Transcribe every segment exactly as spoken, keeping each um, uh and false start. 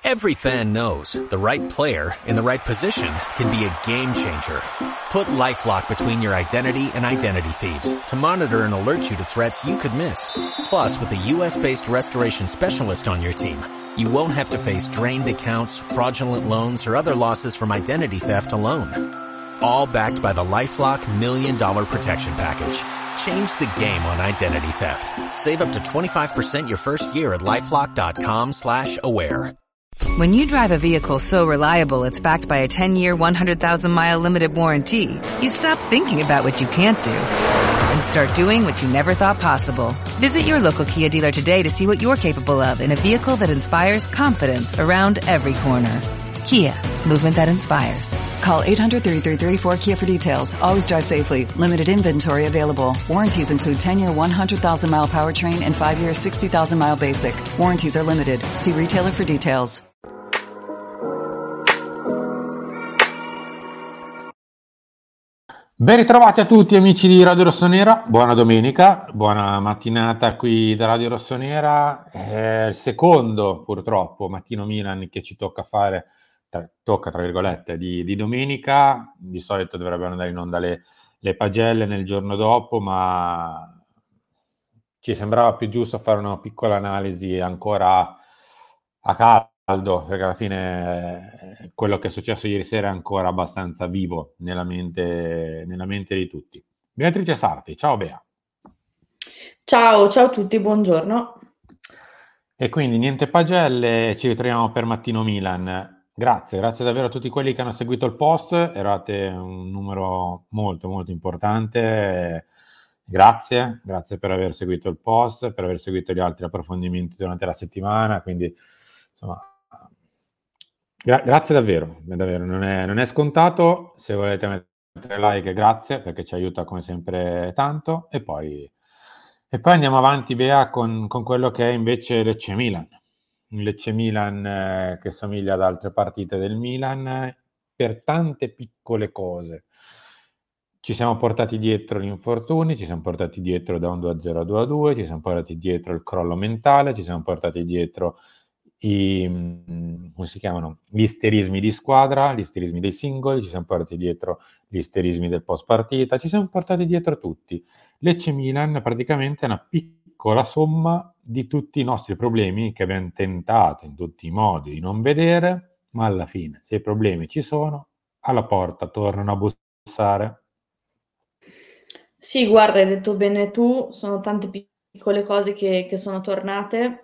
Every fan knows the right player in the right position can be a game changer. Put LifeLock between your identity and identity thieves to monitor and alert you to threats you could miss. Plus, with a U S-based restoration specialist on your team, you won't have to face drained accounts, fraudulent loans, or other losses from identity theft alone. All backed by the LifeLock Million Dollar Protection Package. Change the game on identity theft. Save up to twenty-five percent your first year at LifeLock.com slash aware. When you drive a vehicle so reliable it's backed by a ten-year, one hundred thousand mile limited warranty, you stop thinking about what you can't do and start doing what you never thought possible. Visit your local Kia dealer today to see what you're capable of in a vehicle that inspires confidence around every corner. Kia, movement that inspires. Call eight hundred, three three three, four Kia for details. Always drive safely. Limited inventory available. Warranties include ten-year, one hundred thousand mile powertrain and five-year, sixty thousand mile basic. Warranties are limited. See retailer for details. Ben ritrovati a tutti amici di Radio Rossonera, buona domenica, buona mattinata qui da Radio Rossonera. È il secondo purtroppo mattino Milan che ci tocca fare, tra, tocca tra virgolette, di, di domenica. Di solito dovrebbero andare in onda le, le pagelle nel giorno dopo, ma ci sembrava più giusto fare una piccola analisi ancora a caldo, perché alla fine eh, quello che è successo ieri sera è ancora abbastanza vivo nella mente, nella mente di tutti. Beatrice Sarti, ciao Bea. Ciao, ciao a tutti, buongiorno. E quindi niente pagelle, ci ritroviamo per Mattino Milan. Grazie, grazie davvero a tutti quelli che hanno seguito il post, eravate un numero molto molto importante. Grazie, grazie per aver seguito il post, per aver seguito gli altri approfondimenti durante la settimana, quindi insomma gra- grazie davvero, davvero non è, non è scontato. Se volete mettere like, grazie, perché ci aiuta come sempre tanto. E poi, e poi andiamo avanti, Bea, con, con quello che è invece Lecce Milan. Un Lecce Milan eh, che somiglia ad altre partite del Milan per tante piccole cose. Ci siamo portati dietro gli infortuni, ci siamo portati dietro da un due a zero a due a due, ci siamo portati dietro il crollo mentale, ci siamo portati dietro i, come si chiamano, gli isterismi di squadra, gli isterismi dei singoli, ci siamo portati dietro gli isterismi del post partita, ci siamo portati dietro tutti. Lecce Milan praticamente è una piccola somma di tutti i nostri problemi che abbiamo tentato in tutti i modi di non vedere, ma alla fine, se i problemi ci sono, alla porta tornano a bussare. Sì, guarda, hai detto bene tu, sono tante piccole cose che, che sono tornate.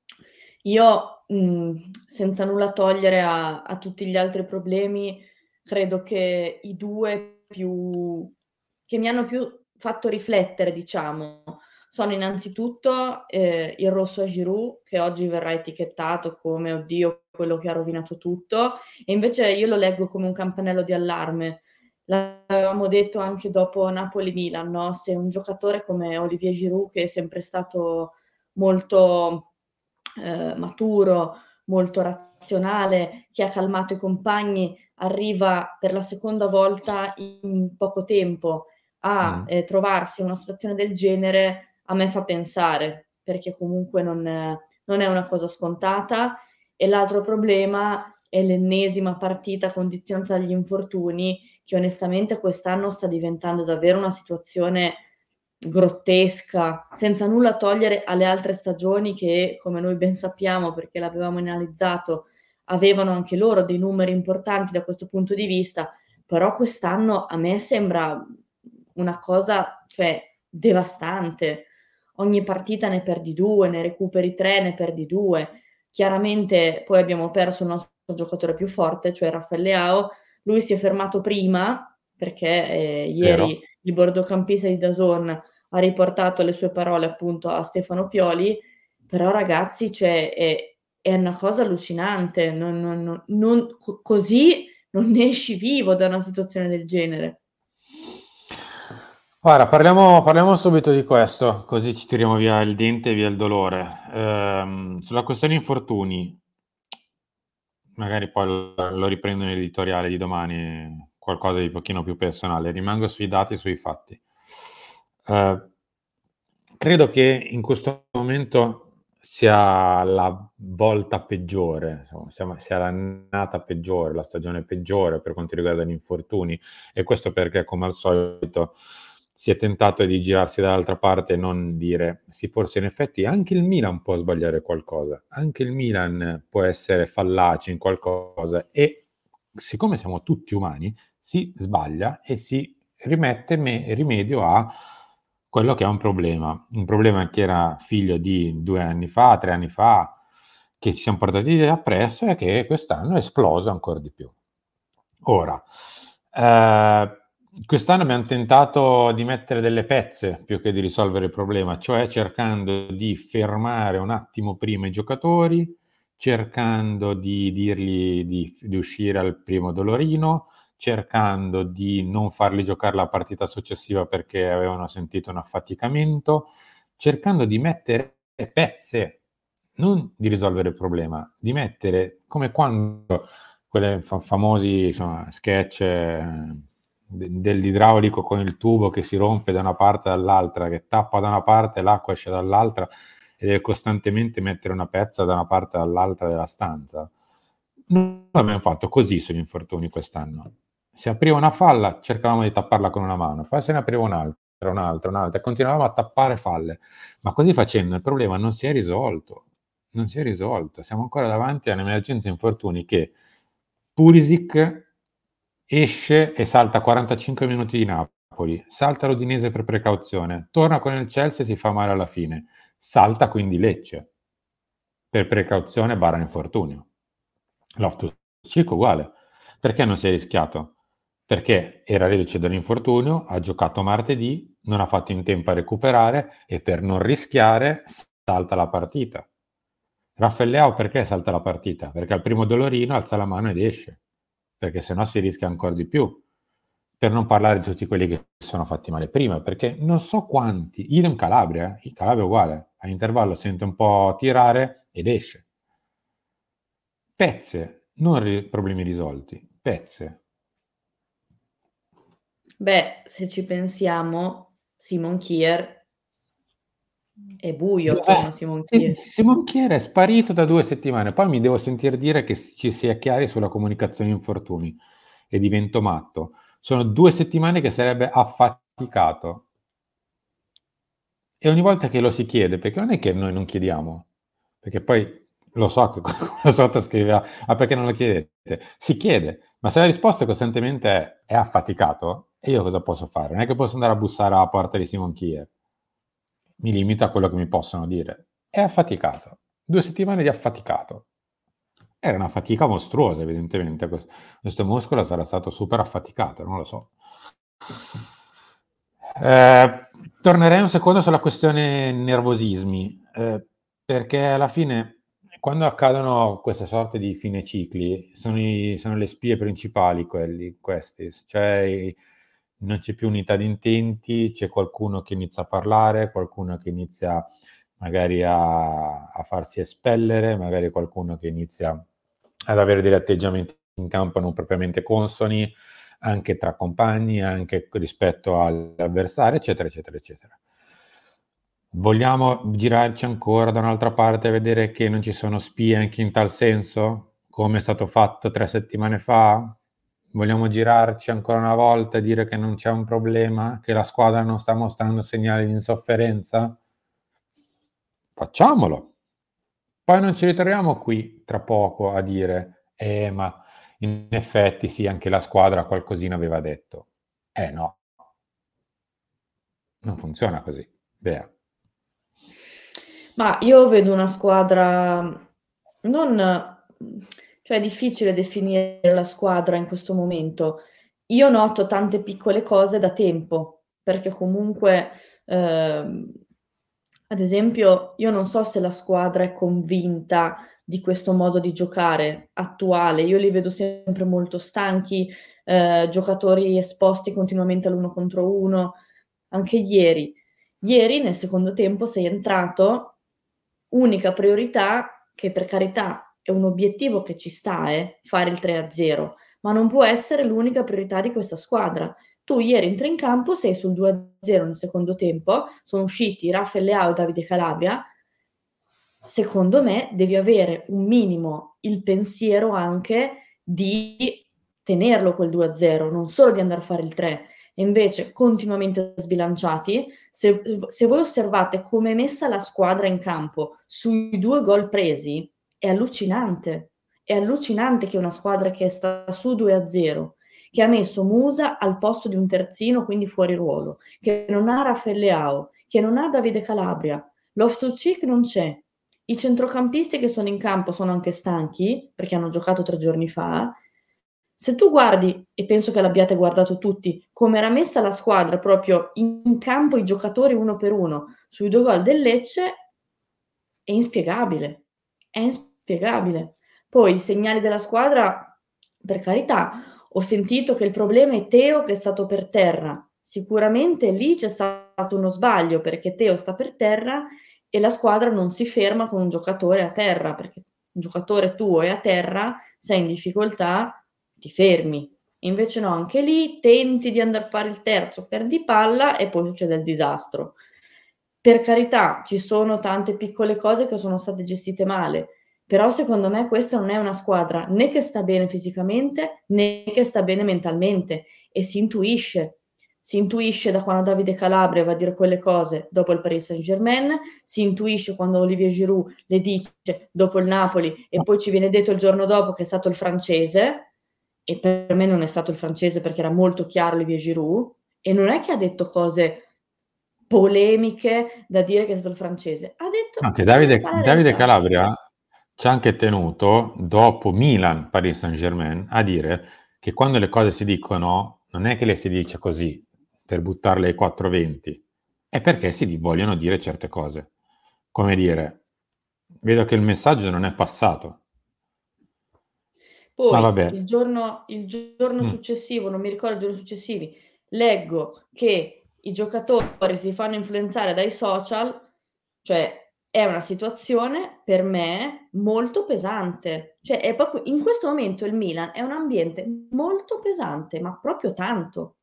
Io, mh, senza nulla togliere a, a tutti gli altri problemi, credo che i due più che mi hanno più fatto riflettere, diciamo, sono innanzitutto eh, il rosso a Giroud, che oggi verrà etichettato come oddio, quello che ha rovinato tutto, e invece io lo leggo come un campanello di allarme. L'avevamo detto anche dopo Napoli-Milan, no? Se un giocatore come Olivier Giroud, che è sempre stato molto eh, maturo, molto razionale, che ha calmato i compagni, arriva per la seconda volta in poco tempo a Mm. eh, trovarsi in una situazione del genere, a me fa pensare, perché comunque non, eh, non è una cosa scontata. E l'altro problema è l'ennesima partita condizionata dagli infortuni, che onestamente quest'anno sta diventando davvero una situazione grottesca, senza nulla togliere alle altre stagioni che, come noi ben sappiamo, perché l'avevamo analizzato, avevano anche loro dei numeri importanti da questo punto di vista, però quest'anno a me sembra una cosa, cioè, devastante. Ogni partita ne perdi due, ne recuperi tre, ne perdi due. Chiaramente poi abbiamo perso il nostro giocatore più forte, cioè Rafael Leao. Lui si è fermato prima perché eh, ieri Vero. il bordocampista di D A Z N ha riportato le sue parole appunto a Stefano Pioli, però ragazzi, cioè, è, è una cosa allucinante, non, non, non, non, co- così non ne esci vivo da una situazione del genere. Guarda, parliamo, parliamo subito di questo, così ci tiriamo via il dente e via il dolore. Ehm, sulla questione infortuni, magari poi lo, lo riprendo nell'editoriale di domani, qualcosa di pochino più personale. Rimango sui dati e sui fatti. Eh, credo che in questo momento sia la volta peggiore, insomma, sia, sia l'annata peggiore, la stagione peggiore per quanto riguarda gli infortuni, e questo perché, come al solito, si è tentato di girarsi dall'altra parte e non dire sì, forse in effetti anche il Milan può sbagliare qualcosa, anche il Milan può essere fallace in qualcosa, e siccome siamo tutti umani si sbaglia e si rimette me- rimedio a quello che è un problema, un problema che era figlio di due anni fa, tre anni fa, che ci siamo portati appresso e che quest'anno è esploso ancora di più. Ora, eh, quest'anno abbiamo tentato di mettere delle pezze più che di risolvere il problema, cioè cercando di fermare un attimo prima i giocatori, cercando di dirgli di, di uscire al primo dolorino, cercando di non farli giocare la partita successiva perché avevano sentito un affaticamento, cercando di mettere pezze, non di risolvere il problema, di mettere, come quando quelle fa- famosi insomma, sketch eh, de- dell'idraulico con il tubo che si rompe da una parte e dall'altra, che tappa da una parte e l'acqua esce dall'altra, e deve costantemente mettere una pezza da una parte e dall'altra della stanza. Noi abbiamo fatto così sugli infortuni quest'anno. Se apriva una falla, cercavamo di tapparla con una mano, poi se ne apriva un'altra, un'altra, un'altra, e continuavamo a tappare falle. Ma così facendo il problema non si è risolto. Non si è risolto. Siamo ancora davanti a un'emergenza infortuni che Pulisic esce e salta quarantacinque minuti di Napoli, salta l'Udinese per precauzione, torna con il Chelsea e si fa male alla fine, salta quindi Lecce per precauzione barra infortunio. Loftus-Cheek uguale. Perché non si è rischiato? Perché era reduce dall'infortunio, ha giocato martedì, non ha fatto in tempo a recuperare e per non rischiare salta la partita. Raffaele Leao perché salta la partita? Perché al primo dolorino alza la mano ed esce, perché sennò si rischia ancora di più. Per non parlare di tutti quelli che si sono fatti male prima, perché non so quanti, idem Calabria, eh? Calabria uguale, all'intervallo sente un po' tirare ed esce. Pezze, non ri- problemi risolti, pezze. Beh, se ci pensiamo, Simon Kier è buio attorno a Dov'è? Simon Sì, Kier. Simon Chier è sparito da due settimane, poi mi devo sentire dire che ci sia chiari sulla comunicazione infortuni e divento matto. Sono due settimane che sarebbe affaticato. E ogni volta che lo si chiede, perché non è che noi non chiediamo, perché poi lo so che qualcuno sotto scrive, ah perché non lo chiedete? Si chiede, ma se la risposta costantemente è, è affaticato, e io cosa posso fare? Non è che posso andare a bussare alla porta di Simon Kier. Mi limito a quello che mi possono dire. È affaticato. Due settimane di affaticato. Era una fatica mostruosa, evidentemente. Questo muscolo sarà stato super affaticato, non lo so. Eh, tornerei un secondo sulla questione nervosismi, eh, perché alla fine, quando accadono queste sorte di fine cicli, sono, i, sono le spie principali quelli, questi, cioè non c'è più unità di intenti, c'è qualcuno che inizia a parlare, qualcuno che inizia magari a, a farsi espellere, magari qualcuno che inizia ad avere degli atteggiamenti in campo non propriamente consoni, anche tra compagni, anche rispetto all'avversario, eccetera, eccetera, eccetera. Vogliamo girarci ancora da un'altra parte e vedere che non ci sono spie anche in tal senso, come è stato fatto tre settimane fa? Vogliamo girarci ancora una volta e dire che non c'è un problema, che la squadra non sta mostrando segnali di insofferenza? Facciamolo. Poi non ci ritroviamo qui tra poco a dire, eh, ma in effetti sì, anche la squadra qualcosina aveva detto. Eh no, non funziona così. Bea. Ma io vedo una squadra non, cioè è difficile definire la squadra in questo momento. Io noto tante piccole cose da tempo, perché comunque, ehm, ad esempio, io non so se la squadra è convinta di questo modo di giocare attuale. Io li vedo sempre molto stanchi, eh, giocatori esposti continuamente all'uno contro uno. Anche ieri. Ieri nel secondo tempo sei entrato, unica priorità che per carità è un obiettivo che ci sta, eh, fare il tre a zero, ma non può essere l'unica priorità di questa squadra. Tu ieri entri in campo, sei sul due a zero nel secondo tempo, sono usciti Raffaele Leao e Davide Calabria, secondo me devi avere un minimo il pensiero anche di tenerlo quel due a zero, non solo di andare a fare il tre. E invece continuamente sbilanciati. Se, se voi osservate come è messa la squadra in campo sui due gol presi, è allucinante. È allucinante che una squadra che sta su due a zero, che ha messo Musa al posto di un terzino, quindi fuori ruolo, che non ha Rafael Leao, che non ha Davide Calabria, Loftus-Cheek non c'è, i centrocampisti che sono in campo sono anche stanchi, perché hanno giocato tre giorni fa. Se tu guardi, e penso che l'abbiate guardato tutti, come era messa la squadra proprio in campo, i giocatori uno per uno, sui due gol del Lecce, è inspiegabile, è inspiegabile. Poi i segnali della squadra, per carità, ho sentito che il problema è Teo che è stato per terra. Sicuramente lì c'è stato uno sbaglio, perché Teo sta per terra e la squadra non si ferma con un giocatore a terra, perché un giocatore tuo è a terra, sei in difficoltà, ti fermi. Invece no, anche lì tenti di andare a fare il terzo, perdi palla e poi succede il disastro. Per carità, ci sono tante piccole cose che sono state gestite male, però secondo me questa non è una squadra né che sta bene fisicamente né che sta bene mentalmente, e si intuisce. Si intuisce da quando Davide Calabria va a dire quelle cose dopo il Paris Saint-Germain, si intuisce quando Olivier Giroud le dice dopo il Napoli e poi ci viene detto il giorno dopo che è stato il francese, e per me non è stato il francese perché era molto chiaro Olivier Giroud, e non è che ha detto cose polemiche da dire che è stato il francese, ha detto Anche come Davide, sta la Davide realtà. Calabria ci ha anche tenuto, dopo Milan Paris Saint-Germain, a dire che quando le cose si dicono non è che le si dice così per buttarle ai quattrocentoventi, è perché si vogliono dire certe cose. Come dire, vedo che il messaggio non è passato. Ma Poi vabbè. il giorno, il giorno Mm. successivo, non mi ricordo i giorni successivi, leggo che i giocatori si fanno influenzare dai social, cioè è una situazione per me molto pesante. Cioè è proprio in questo momento il Milan è un ambiente molto pesante, ma proprio tanto.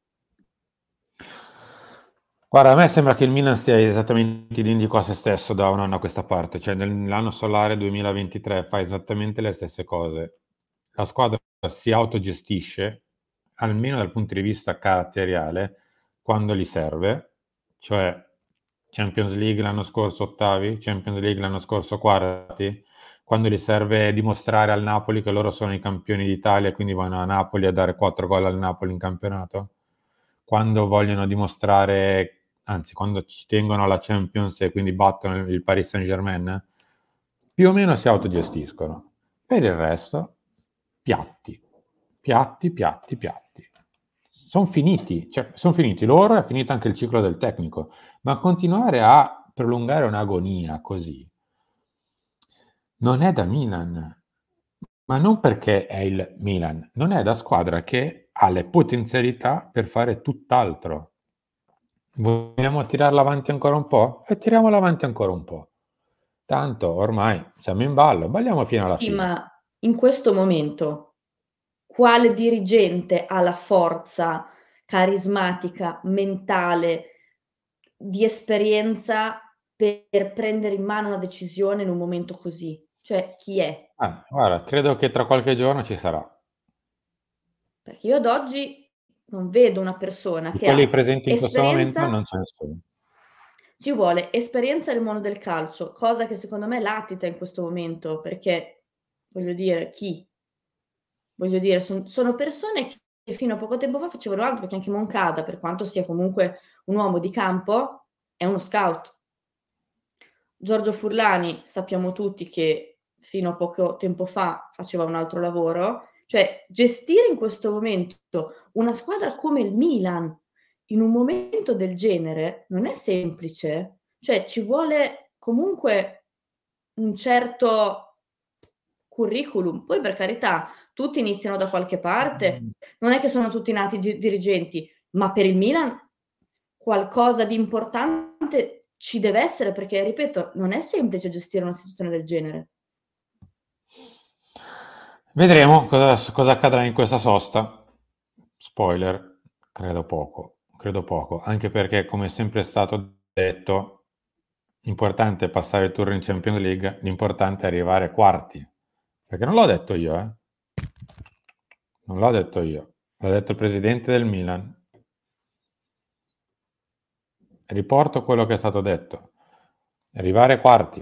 Guarda, a me sembra che il Milan stia esattamente identico a se stesso da un anno a questa parte, cioè nell'anno solare duemilaventitré fa esattamente le stesse cose. La squadra si autogestisce, almeno dal punto di vista caratteriale, quando gli serve, cioè Champions League l'anno scorso ottavi, Champions League l'anno scorso quarti, quando gli serve dimostrare al Napoli che loro sono i campioni d'Italia, quindi vanno a Napoli a dare quattro gol al Napoli in campionato, quando vogliono dimostrare, anzi quando ci tengono alla Champions e quindi battono il Paris Saint-Germain, più o meno si autogestiscono. Per il resto, piatti, piatti, piatti, piatti. Sono finiti, cioè sono finiti loro, è finito anche il ciclo del tecnico, ma continuare a prolungare un'agonia così non è da Milan, ma non perché è il Milan, non è da squadra che ha le potenzialità per fare tutt'altro. Vogliamo tirarla avanti ancora un po'? E tiriamola avanti ancora un po'. Tanto ormai siamo in ballo, balliamo fino alla Sì, fine. ma in questo momento quale dirigente ha la forza carismatica, mentale, di esperienza per prendere in mano una decisione in un momento così? Cioè, chi è? Ah, guarda, credo che tra qualche giorno ci sarà. Perché io ad oggi non vedo una persona Di che quelli ha presenti in questo momento esperienza. non c'è nessuno. Ci vuole esperienza nel mondo del calcio, cosa che secondo me latita in questo momento, perché voglio dire, chi? Voglio dire, son sono persone che fino a poco tempo fa facevano altro, perché anche Moncada, per quanto sia comunque un uomo di campo, è uno scout. Giorgio Furlani sappiamo tutti che fino a poco tempo fa faceva un altro lavoro. Cioè, gestire in questo momento una squadra come il Milan, in un momento del genere, non è semplice. Cioè, ci vuole comunque un certo curriculum. Poi per carità, tutti iniziano da qualche parte, non è che sono tutti nati gi dirigenti, ma per il Milan qualcosa di importante ci deve essere, perché ripeto, non è semplice gestire una situazione del genere. Vedremo cosa, cosa accadrà in questa sosta. Spoiler, credo poco, credo poco, anche perché come è sempre stato detto, importante è passare il turno in Champions League, l'importante è arrivare ai quarti. Perché non l'ho detto io, eh. Non l'ho detto io, l'ha detto il presidente del Milan. Riporto quello che è stato detto. Arrivare ai quarti.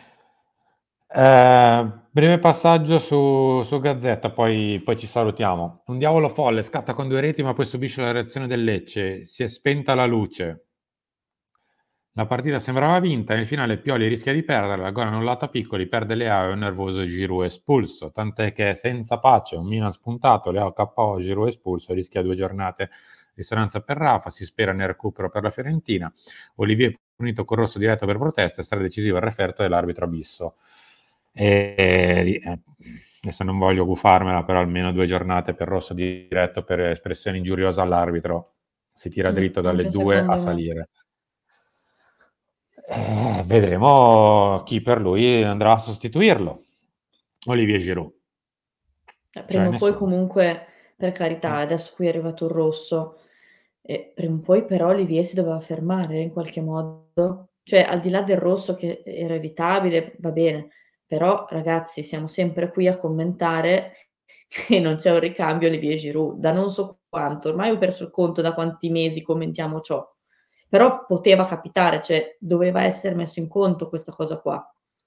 Eh, breve passaggio su, su Gazzetta, poi, poi ci salutiamo. Un diavolo folle scatta con due reti, ma poi subisce la reazione del Lecce. Si è spenta la luce. La partita sembrava vinta, nel finale Pioli rischia di perdere, gol annullato a Piccoli, perde Leao e un nervoso Giroud espulso, tant'è che senza pace, un Milan spuntato, Leao K O, Giroud espulso, rischia due giornate. Risonanza per Rafa, si spera nel recupero per la Fiorentina. Olivier punito con rosso diretto per protesta, sarà decisivo il referto dell'arbitro Abisso. E, eh, adesso non voglio gufarmela, però almeno due giornate per rosso diretto per espressione ingiuriosa all'arbitro. Si tira Mm, dritto dalle anche due a secondo me. salire. Eh, vedremo chi per lui andrà a sostituirlo. Olivier Giroud. Eh, Cioè, prima o poi nessuno. comunque, per carità, adesso qui è arrivato il rosso, e prima o poi però Olivier si doveva fermare in qualche modo. Cioè, al di là del rosso che era evitabile, va bene, però ragazzi siamo sempre qui a commentare che non c'è un ricambio Olivier Giroud, da non so quanto, ormai ho perso il conto da quanti mesi commentiamo ciò, però poteva capitare, cioè doveva essere messo in conto questa cosa qua.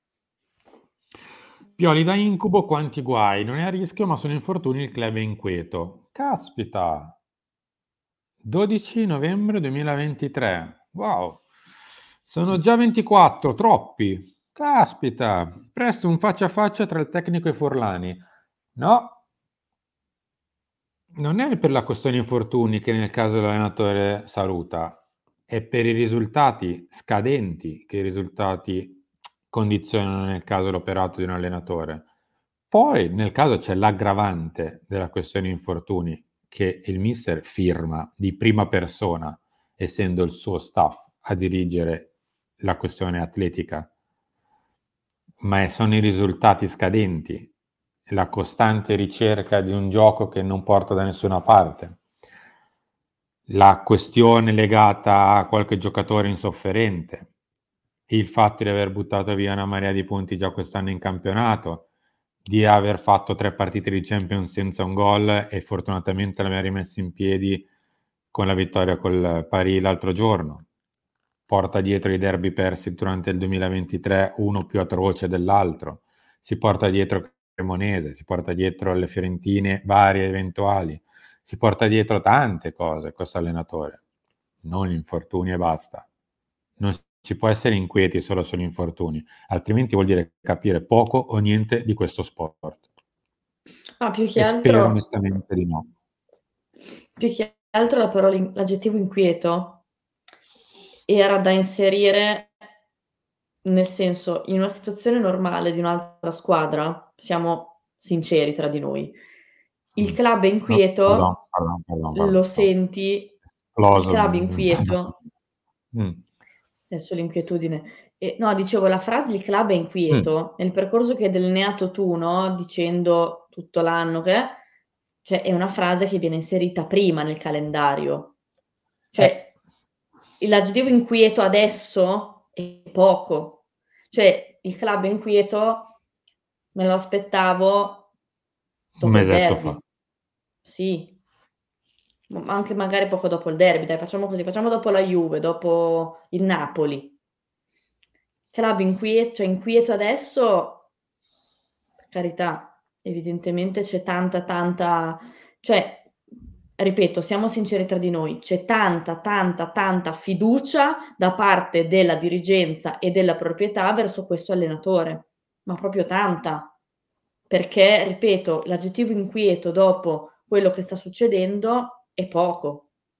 Pioli da incubo, quanti guai. Non è a rischio, ma sono infortuni, il club è inquieto. Caspita. dodici novembre duemilaventitré. Wow. Sono già ventiquattro, troppi. Caspita. Presto un faccia a faccia tra il tecnico e Forlani. No. Non è per la questione infortuni che nel caso dell'allenatore saluta, è per i risultati scadenti che i risultati condizionano nel caso l'operato di un allenatore. Poi nel caso c'è l'aggravante della questione infortuni che il mister firma di prima persona, essendo il suo staff a dirigere la questione atletica, ma sono i risultati scadenti, la costante ricerca di un gioco che non porta da nessuna parte, la questione legata a qualche giocatore insofferente, il fatto di aver buttato via una marea di punti già quest'anno in campionato, di aver fatto tre partite di Champions senza un gol e fortunatamente l'abbiamo rimessa in piedi con la vittoria col Paris l'altro giorno. Porta dietro i derby persi durante il duemilaventitré, uno più atroce dell'altro. Si porta dietro Cremonese, si porta dietro le Fiorentine varie eventuali, si porta dietro tante cose questo allenatore, non infortuni e basta. Non si può essere inquieti solo sugli infortuni, altrimenti vuol dire capire poco o niente di questo sport. Ah, più che E spero altro onestamente di no. più che altro la parola in l'aggettivo inquieto era da inserire nel senso, in una situazione normale di un'altra squadra, siamo sinceri tra di noi, il Mm. club è No, inquieto, pardon, pardon, pardon, lo pardon. senti, il Esploso. club inquieto Mm. adesso l'inquietudine. E no, dicevo la frase "il club è Mm. inquieto", nel percorso che hai delineato tu, no, dicendo tutto l'anno che è, cioè è una frase che viene inserita prima nel calendario. Cioè, Eh. l'aggettivo inquieto adesso è poco. Cioè, il club è inquieto me lo aspettavo Un dopo il mesetto derby. fa. Sì. M anche magari poco dopo il derby, dai, facciamo così, facciamo dopo la Juve, dopo il Napoli. Club inquie cioè inquieto adesso, per carità, evidentemente c'è tanta, tanta cioè, ripeto, siamo sinceri tra di noi, c'è tanta, tanta, tanta fiducia da parte della dirigenza e della proprietà verso questo allenatore, ma proprio tanta. Perché, ripeto, l'aggettivo inquieto dopo quello che sta succedendo è poco.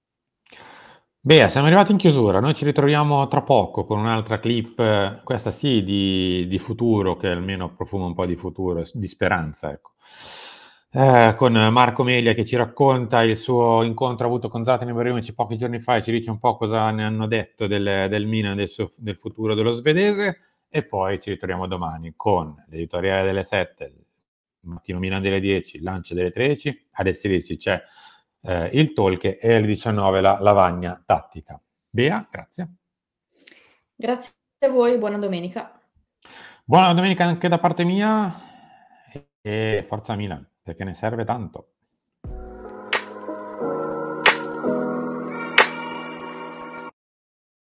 Beh, siamo arrivati in chiusura, noi ci ritroviamo tra poco con un'altra clip, questa sì, di, di futuro, che almeno profuma un po' di futuro, di speranza, ecco. Eh, con Marco Meglia che ci racconta il suo incontro avuto con Zlatan Ibrahimovic pochi giorni fa e ci dice un po' cosa ne hanno detto del, del Milan, del, suo, del futuro dello svedese, e poi ci ritroviamo domani con l'editoriale delle sette, il mattino Milan delle dieci, il lancio delle tredici, alle sedici c'è eh, il talk e alle diciannove la lavagna tattica. Bea, grazie. Grazie a voi, buona domenica. Buona domenica anche da parte mia e forza Milan, perché ne serve tanto.